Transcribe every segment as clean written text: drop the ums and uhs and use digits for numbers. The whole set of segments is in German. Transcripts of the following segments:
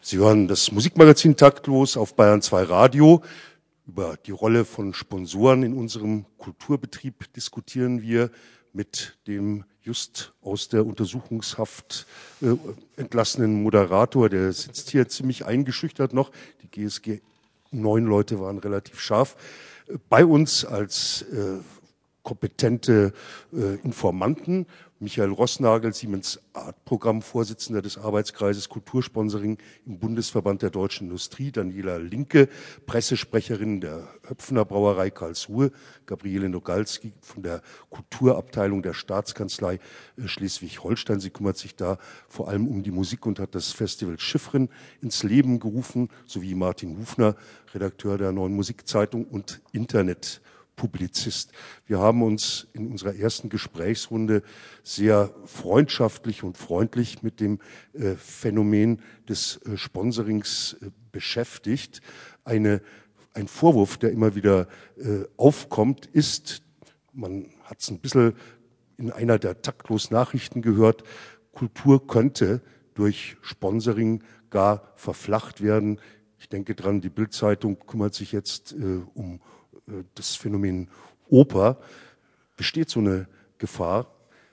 Sie hören das Musikmagazin Taktlos auf Bayern 2 Radio. Über die Rolle von Sponsoren in unserem Kulturbetrieb diskutieren wir mit dem just aus der Untersuchungshaft entlassenen Moderator. Der sitzt hier ziemlich eingeschüchtert noch. Die GSG 9 Leute waren relativ scharf. Bei uns als kompetente Informanten Michael Rossnagel, Siemens Art-Programm-Vorsitzender des Arbeitskreises Kultursponsoring im Bundesverband der Deutschen Industrie, Daniela Linke, Pressesprecherin der Höpfner Brauerei Karlsruhe, Gabriele Nogalski von der Kulturabteilung der Staatskanzlei Schleswig-Holstein. Sie kümmert sich da vor allem um die Musik und hat das Festival Chiffren ins Leben gerufen, sowie Martin Hufner, Redakteur der Neuen Musikzeitung und Internetpublizist. Wir haben uns in unserer ersten Gesprächsrunde sehr freundschaftlich und freundlich mit dem Phänomen des Sponsorings beschäftigt. Ein Vorwurf, der immer wieder aufkommt, ist, man hat es ein bisschen in einer der taktlos Nachrichten gehört, Kultur könnte durch Sponsoring gar verflacht werden. Ich denke dran, die Bild-Zeitung kümmert sich jetzt um das Phänomen Oper. Besteht so eine Gefahr?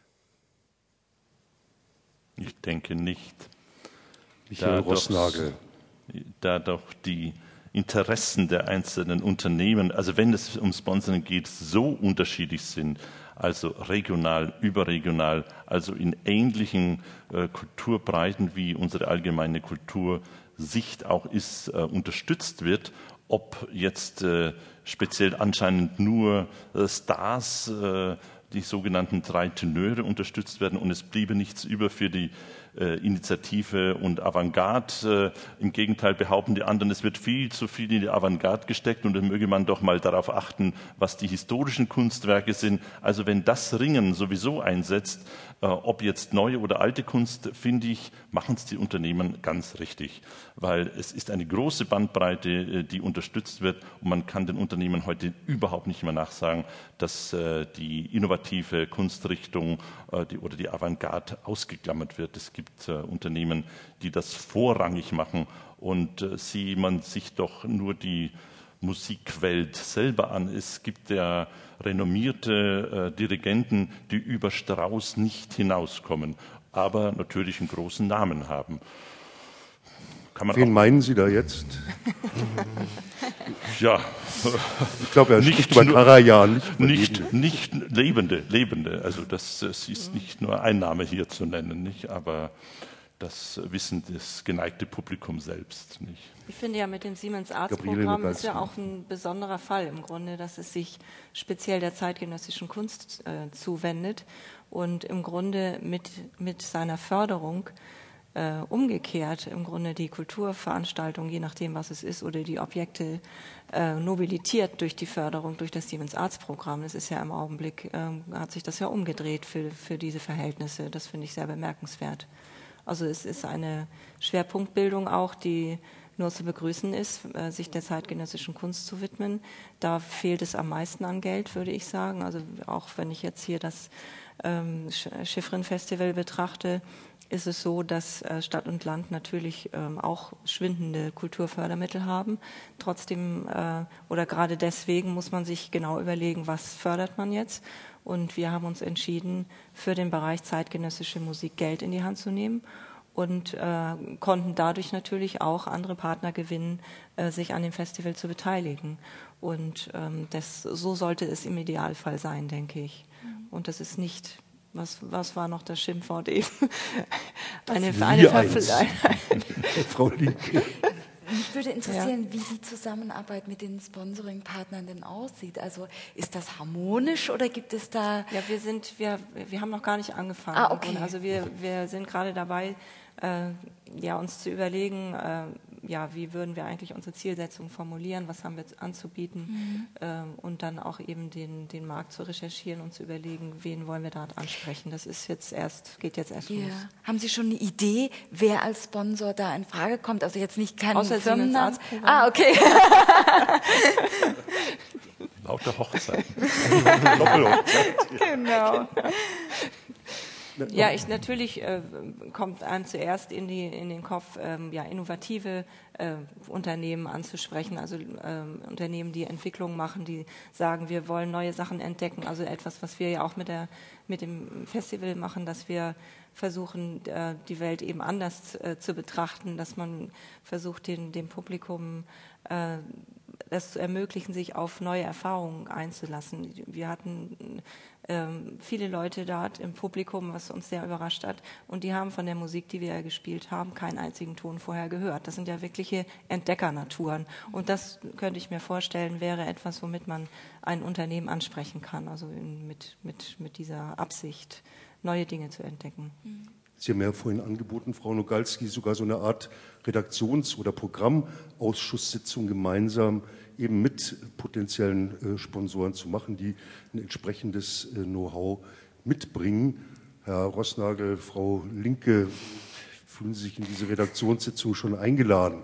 Ich denke nicht. Michael Rossnagel. Da doch die Interessen der einzelnen Unternehmen, also wenn es um Sponsoring geht, so unterschiedlich sind, also regional, überregional, also in ähnlichen Kulturbreiten wie unsere allgemeine Kultursicht auch ist, unterstützt wird, ob jetzt speziell anscheinend nur Stars, die sogenannten 3 Tenöre unterstützt werden und es bliebe nichts über für die Initiative und Avantgarde. Im Gegenteil behaupten die anderen, es wird viel zu viel in die Avantgarde gesteckt und dann möge man doch mal darauf achten, was die historischen Kunstwerke sind. Also wenn das Ringen sowieso einsetzt, ob jetzt neue oder alte Kunst, finde ich, machen es die Unternehmen ganz richtig. Weil es ist eine große Bandbreite, die unterstützt wird und man kann den Unternehmen heute überhaupt nicht mehr nachsagen, dass die innovative Kunstrichtung oder die Avantgarde ausgeklammert wird. Es gibt Unternehmen, die das vorrangig machen und sieht man sich doch nur die Musikwelt selber an. Es gibt ja renommierte Dirigenten, die über Strauss nicht hinauskommen, aber natürlich einen großen Namen haben. Wen meinen Sie da jetzt? Ja, ich glaube, er spricht über Karajan. Nicht Lebende. Also das ist nicht nur ein Name hier zu nennen, nicht, aber das wissen das geneigte Publikum selbst nicht. Ich finde ja mit dem Siemens Art-Programm ist ja auch ein besonderer Fall im Grunde, dass es sich speziell der zeitgenössischen Kunst zuwendet und im Grunde mit seiner Förderung umgekehrt im Grunde die Kulturveranstaltung, je nachdem was es ist, oder die Objekte nobilitiert durch die Förderung, durch das Siemens Arts Programm. Das ist ja im Augenblick, hat sich das ja umgedreht für diese Verhältnisse. Das finde ich sehr bemerkenswert. Also es ist eine Schwerpunktbildung auch, die nur zu begrüßen ist, sich der zeitgenössischen Kunst zu widmen. Da fehlt es am meisten an Geld, würde ich sagen. Also auch wenn ich jetzt hier das Chiffren-Festival betrachte, ist es so, dass Stadt und Land natürlich auch schwindende Kulturfördermittel haben. Trotzdem oder gerade deswegen muss man sich genau überlegen, was fördert man jetzt. Und wir haben uns entschieden, für den Bereich zeitgenössische Musik Geld in die Hand zu nehmen und konnten dadurch natürlich auch andere Partner gewinnen, sich an dem Festival zu beteiligen. Und so sollte es im Idealfall sein, denke ich. Und das ist nicht... Was war noch das Schimpfwort eben? Frau Linke. Mich würde interessieren, wie die Zusammenarbeit mit den Sponsoring-Partnern denn aussieht. Also ist das harmonisch oder gibt es da... Ja, wir haben noch gar nicht angefangen. Ah, okay. Also wir sind gerade dabei, uns zu überlegen, wie würden wir eigentlich unsere Zielsetzung formulieren, was haben wir anzubieten und dann auch eben den Markt zu recherchieren und zu überlegen, wen wollen wir da ansprechen. Das ist geht jetzt erst los. Haben Sie schon eine Idee, wer als Sponsor da in Frage kommt? Also jetzt nicht kein Außer Firmennamen. Ah, okay. Lauter Hochzeiten. Genau. Ja, natürlich kommt einem zuerst in den Kopf, innovative Unternehmen anzusprechen, also Unternehmen, die Entwicklungen machen, die sagen, wir wollen neue Sachen entdecken, also etwas, was wir ja auch mit dem Festival machen, dass wir versuchen, die Welt eben anders zu betrachten, dass man versucht, dem Publikum das zu ermöglichen, sich auf neue Erfahrungen einzulassen. Wir hatten viele Leute dort im Publikum, was uns sehr überrascht hat, und die haben von der Musik, die wir gespielt haben, keinen einzigen Ton vorher gehört. Das sind ja wirkliche Entdeckernaturen. Und das könnte ich mir vorstellen, wäre etwas, womit man ein Unternehmen ansprechen kann, also mit dieser Absicht, neue Dinge zu entdecken. Sie haben ja vorhin angeboten, Frau Nogalski, sogar so eine Art Redaktions- oder Programmausschusssitzung gemeinsam eben mit potenziellen Sponsoren zu machen, die ein entsprechendes Know-how mitbringen. Herr Roßnagel, Frau Linke, fühlen Sie sich in diese Redaktionssitzung schon eingeladen?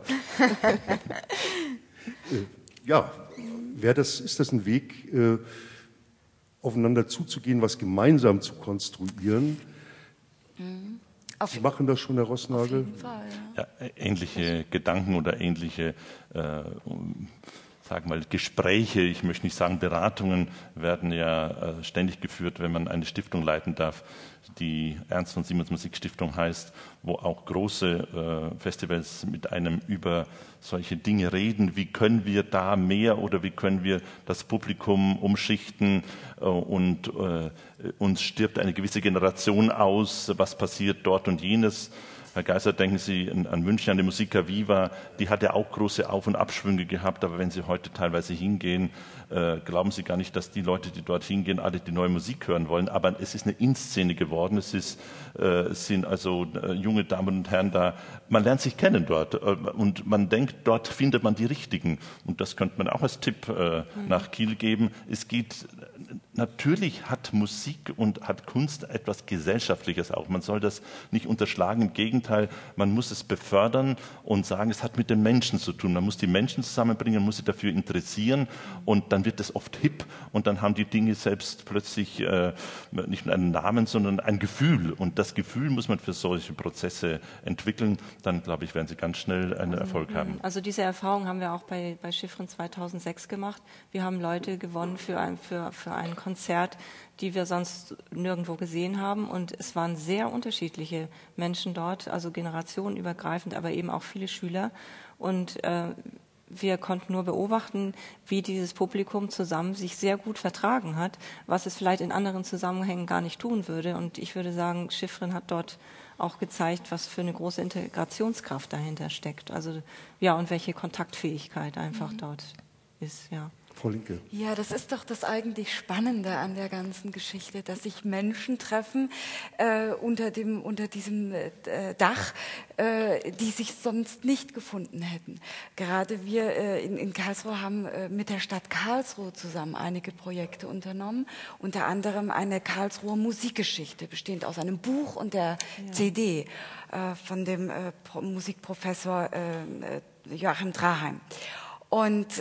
Ist das ein Weg, aufeinander zuzugehen, was gemeinsam zu konstruieren? Sie machen das schon, Herr Roßnagel? Auf jeden Fall, ja. Ähnliche Gedanken oder ähnliche Gespräche, ich möchte nicht sagen Beratungen, werden ja ständig geführt, wenn man eine Stiftung leiten darf, die Ernst von Siemens Musikstiftung heißt, wo auch große Festivals mit einem über solche Dinge reden. Wie können wir da mehr oder wie können wir das Publikum umschichten und uns stirbt eine gewisse Generation aus, was passiert dort und jenes. Herr Geisser, denken Sie an München, an die Musica Viva, die hat ja auch große Auf- und Abschwünge gehabt, aber wenn Sie heute teilweise hingehen, glauben Sie gar nicht, dass die Leute, die dort hingehen, alle die neue Musik hören wollen, aber es ist eine In-Szene geworden, es sind also junge Damen und Herren da, man lernt sich kennen dort und man denkt, dort findet man die Richtigen und das könnte man auch als Tipp nach Kiel geben. Es geht, natürlich hat Musik und hat Kunst etwas Gesellschaftliches auch, man soll das nicht unterschlagen, im Gegenteil, man muss es befördern und sagen, es hat mit den Menschen zu tun. Man muss die Menschen zusammenbringen, muss sie dafür interessieren und dann wird es oft hip und dann haben die Dinge selbst plötzlich nicht nur einen Namen, sondern ein Gefühl. Und das Gefühl muss man für solche Prozesse entwickeln. Dann, glaube ich, werden sie ganz schnell einen Erfolg haben. Also diese Erfahrung haben wir auch bei Chiffren 2006 gemacht. Wir haben Leute gewonnen für ein Konzert, die wir sonst nirgendwo gesehen haben. Und es waren sehr unterschiedliche Menschen dort, also generationenübergreifend, aber eben auch viele Schüler. Und wir konnten nur beobachten, wie dieses Publikum zusammen sich sehr gut vertragen hat, was es vielleicht in anderen Zusammenhängen gar nicht tun würde. Und ich würde sagen, Chiffren hat dort auch gezeigt, was für eine große Integrationskraft dahinter steckt. Also ja, und welche Kontaktfähigkeit einfach dort ist, ja. Frau Linke. Ja, das ist doch das eigentlich Spannende an der ganzen Geschichte, dass sich Menschen treffen unter diesem Dach, die sich sonst nicht gefunden hätten. Gerade wir in Karlsruhe haben mit der Stadt Karlsruhe zusammen einige Projekte unternommen, unter anderem eine Karlsruher Musikgeschichte, bestehend aus einem Buch und der CD von dem Musikprofessor Joachim Draheim. Und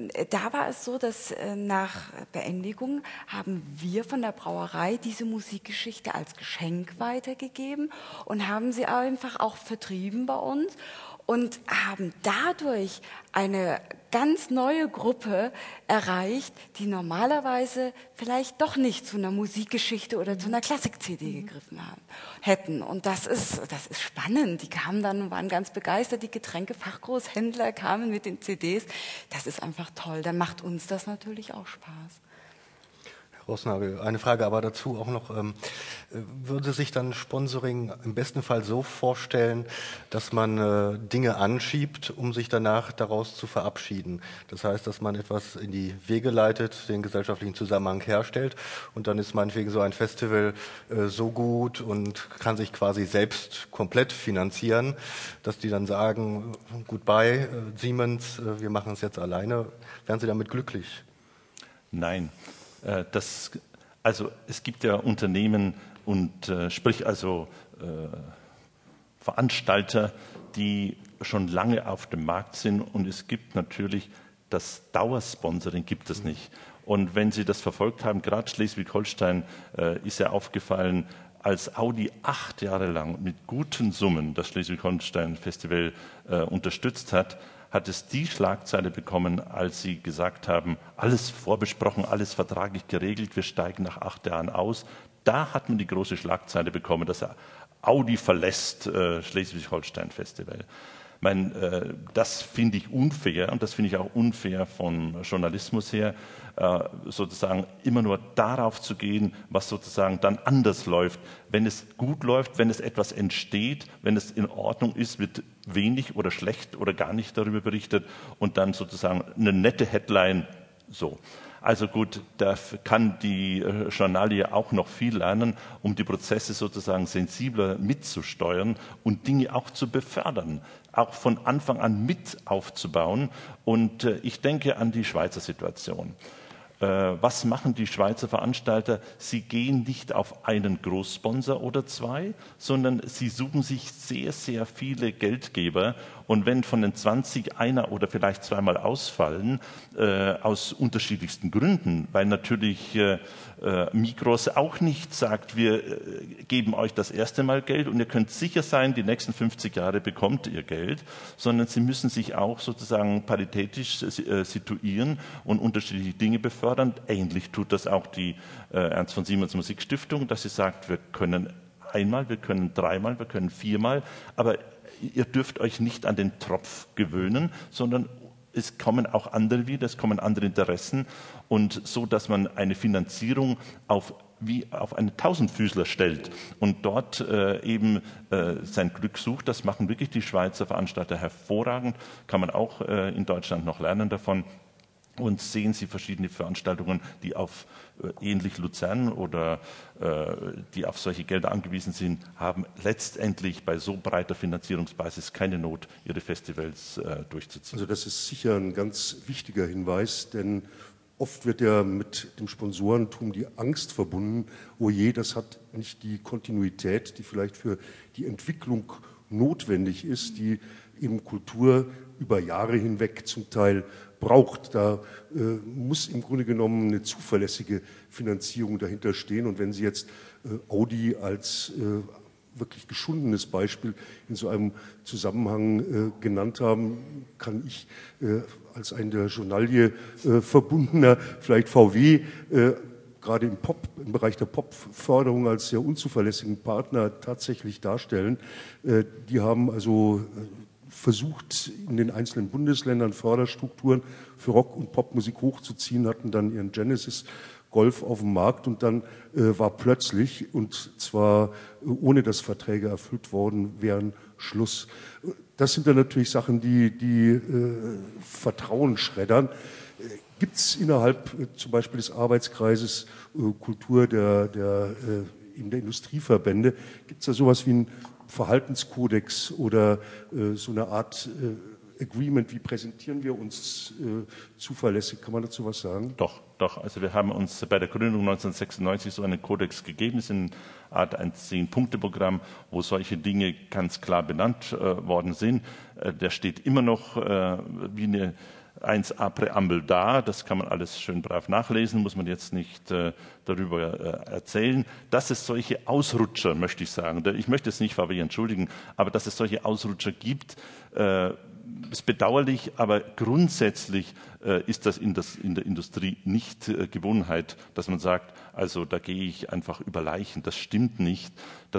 da war es so, dass nach Beendigung haben wir von der Brauerei diese Musikgeschichte als Geschenk weitergegeben und haben sie einfach auch vertrieben bei uns und haben dadurch eine ganz neue Gruppe erreicht, die normalerweise vielleicht doch nicht zu einer Musikgeschichte oder zu einer Klassik-CD gegriffen hätten. Und das ist spannend. Die kamen dann, waren ganz begeistert, die Getränkefachgroßhändler kamen mit den CDs. Das ist einfach toll. Dann macht uns das natürlich auch Spaß. Roßnagel, eine Frage aber dazu auch noch. Würde sich dann Sponsoring im besten Fall so vorstellen, dass man Dinge anschiebt, um sich danach daraus zu verabschieden? Das heißt, dass man etwas in die Wege leitet, den gesellschaftlichen Zusammenhang herstellt und dann ist meinetwegen so ein Festival so gut und kann sich quasi selbst komplett finanzieren, dass die dann sagen, goodbye Siemens, wir machen es jetzt alleine. Wären Sie damit glücklich? Nein. Also es gibt ja Unternehmen und Veranstalter, die schon lange auf dem Markt sind und es gibt natürlich das Dauersponsoring gibt es nicht. Und wenn Sie das verfolgt haben, gerade Schleswig-Holstein ist ja aufgefallen, als Audi 8 Jahre lang mit guten Summen das Schleswig-Holstein-Festival unterstützt hat, hat es die Schlagzeile bekommen, als sie gesagt haben, alles vorbesprochen, alles vertraglich geregelt, wir steigen nach 8 Jahren aus. Da hat man die große Schlagzeile bekommen, dass Audi verlässt Schleswig-Holstein-Festival. Das finde ich unfair und das finde ich auch unfair vom Journalismus her, sozusagen immer nur darauf zu gehen, was sozusagen dann anders läuft. Wenn es gut läuft, wenn es etwas entsteht, wenn es in Ordnung ist, wird wenig oder schlecht oder gar nicht darüber berichtet und dann sozusagen eine nette Headline so. Also gut, da kann die Journalie auch noch viel lernen, um die Prozesse sozusagen sensibler mitzusteuern und Dinge auch zu befördern, auch von Anfang an mit aufzubauen. Und ich denke an die Schweizer Situation. Was machen die Schweizer Veranstalter? Sie gehen nicht auf einen Großsponsor oder zwei, sondern sie suchen sich sehr, sehr viele Geldgeber. Und wenn von den 20 einer oder vielleicht zweimal ausfallen, aus unterschiedlichsten Gründen, weil natürlich Migros auch nicht sagt, wir geben euch das erste Mal Geld und ihr könnt sicher sein, die nächsten 50 Jahre bekommt ihr Geld, sondern sie müssen sich auch sozusagen paritätisch situieren und unterschiedliche Dinge befördern. Ähnlich tut das auch die Ernst von Siemens Musikstiftung, dass sie sagt, wir können einmal, wir können dreimal, wir können viermal, aber ihr dürft euch nicht an den Tropf gewöhnen, sondern es kommen auch andere wieder, es kommen andere Interessen und so, dass man eine Finanzierung wie auf einen Tausendfüßler stellt und dort eben sein Glück sucht. Das machen wirklich die Schweizer Veranstalter hervorragend, kann man auch in Deutschland noch lernen davon. Und sehen Sie verschiedene Veranstaltungen, die auf ähnlich Luzern oder die auf solche Gelder angewiesen sind, haben letztendlich bei so breiter Finanzierungsbasis keine Not, ihre Festivals durchzuziehen. Also das ist sicher ein ganz wichtiger Hinweis, denn oft wird ja mit dem Sponsorentum die Angst verbunden, oh je, das hat nicht die Kontinuität, die vielleicht für die Entwicklung notwendig ist, die eben Kultur über Jahre hinweg zum Teil braucht. Da muss im Grunde genommen eine zuverlässige Finanzierung dahinter stehen. Und wenn Sie jetzt Audi als wirklich geschundenes Beispiel in so einem Zusammenhang genannt haben, kann ich als ein der Journalie verbundener vielleicht VW gerade im Bereich der Popförderung als sehr unzuverlässigen Partner tatsächlich darstellen. Die haben also versucht, in den einzelnen Bundesländern Förderstrukturen für Rock- und Popmusik hochzuziehen, hatten dann ihren Genesis Golf auf dem Markt und dann war plötzlich, und zwar ohne dass Verträge erfüllt worden wären, Schluss. Das sind dann natürlich Sachen, die Vertrauen schreddern. Gibt es innerhalb zum Beispiel des Arbeitskreises Kultur der Industrieverbände, gibt es da sowas wie ein Verhaltenskodex oder so eine Art Agreement, wie präsentieren wir uns zuverlässig? Kann man dazu was sagen? Doch. Also wir haben uns bei der Gründung 1996 so einen Kodex gegeben. Es ist eine Art ein 10-Punkte-Programm, wo solche Dinge ganz klar benannt worden sind. Der steht immer noch wie eine 1a-Präambel da, das kann man alles schön brav nachlesen, muss man jetzt nicht darüber erzählen. Dass es solche Ausrutscher, möchte ich sagen, ich möchte es nicht VW entschuldigen, aber dass es solche Ausrutscher gibt, ist bedauerlich, aber grundsätzlich ist das in der Industrie nicht Gewohnheit, dass man sagt, also da gehe ich einfach über Leichen. Das stimmt nicht.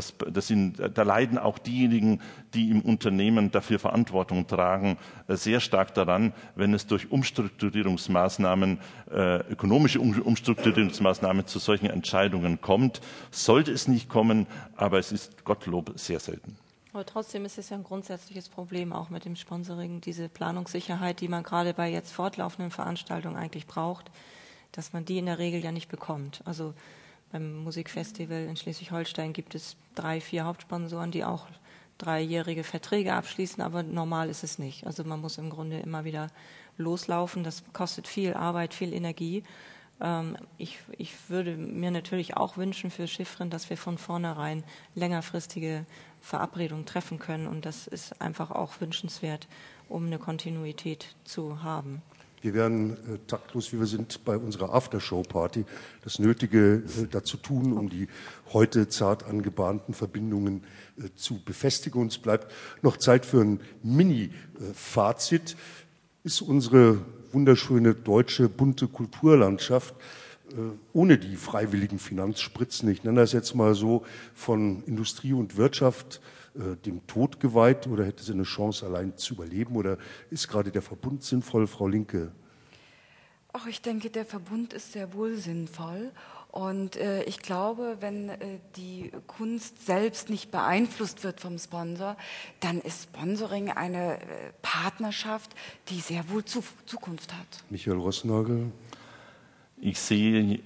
Da leiden auch diejenigen, die im Unternehmen dafür Verantwortung tragen, sehr stark daran, wenn es durch Umstrukturierungsmaßnahmen, ökonomische Umstrukturierungsmaßnahmen zu solchen Entscheidungen kommt. Sollte es nicht kommen, aber es ist Gottlob sehr selten. Aber trotzdem ist es ja ein grundsätzliches Problem auch mit dem Sponsoring, diese Planungssicherheit, die man gerade bei jetzt fortlaufenden Veranstaltungen eigentlich braucht, dass man die in der Regel ja nicht bekommt. Also beim Musikfestival in Schleswig-Holstein gibt es 3, 4 Hauptsponsoren, die auch 3-jährige Verträge abschließen, aber normal ist es nicht. Also man muss im Grunde immer wieder loslaufen, das kostet viel Arbeit, viel Energie. Ich würde mir natürlich auch wünschen für Chiffren, dass wir von vornherein längerfristige Verabredungen treffen können und das ist einfach auch wünschenswert, um eine Kontinuität zu haben. Wir wären taktlos, wie wir sind, bei unserer Aftershow-Party, das Nötige dazu tun, um die heute zart angebahnten Verbindungen zu befestigen. Uns bleibt noch Zeit für ein Mini-Fazit. Ist unsere wunderschöne deutsche bunte Kulturlandschaft ohne die freiwilligen Finanzspritzen, ich nenne das jetzt mal so, von Industrie und Wirtschaft dem Tod geweiht, oder hätte sie eine Chance, allein zu überleben, oder ist gerade der Verbund sinnvoll, Frau Linke? Ach, ich denke, der Verbund ist sehr wohl sinnvoll. Und ich glaube, wenn die Kunst selbst nicht beeinflusst wird vom Sponsor, dann ist Sponsoring eine Partnerschaft, die sehr wohl Zukunft hat. Michael Rossnagel? Ich sehe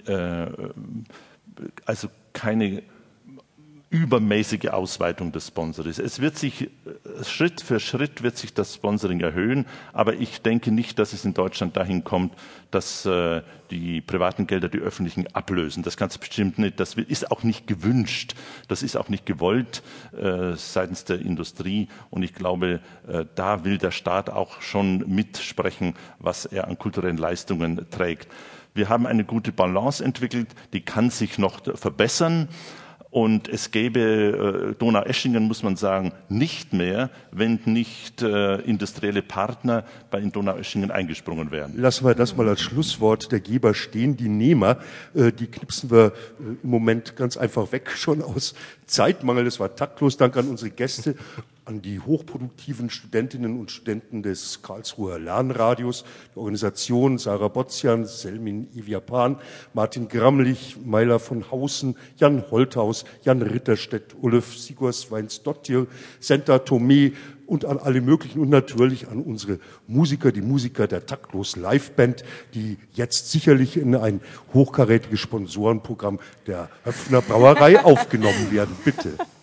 also keine übermäßige Ausweitung des Sponsorings. Es wird sich Schritt für Schritt wird sich das Sponsoring erhöhen, aber ich denke nicht, dass es in Deutschland dahin kommt, dass die privaten Gelder die öffentlichen ablösen. Das ganz bestimmt nicht. Das ist auch nicht gewünscht. Das ist auch nicht gewollt seitens der Industrie. Und ich glaube, da will der Staat auch schon mitsprechen, was er an kulturellen Leistungen trägt. Wir haben eine gute Balance entwickelt, die kann sich noch verbessern. Und es gäbe Donaueschingen, muss man sagen, nicht mehr, wenn nicht industrielle Partner bei Donaueschingen eingesprungen wären. Lassen wir das mal als Schlusswort der Geber stehen. Die Nehmer, die knipsen wir im Moment ganz einfach weg, schon aus Zeitmangel. Das war taktlos. Dank an unsere Gäste, an die hochproduktiven Studentinnen und Studenten des Karlsruher Lernradios, der Organisation Sarah Botzian, Selmin Eviapan, Martin Gramlich, Meiler von Hausen, Jan Holthaus, Jan Ritterstedt, Ulf Sigurdsweinsdottir, Senta Tomé und an alle möglichen und natürlich an unsere Musiker, die Musiker der Taktlos Liveband, die jetzt sicherlich in ein hochkarätiges Sponsorenprogramm der Höpfner Brauerei aufgenommen werden. Bitte.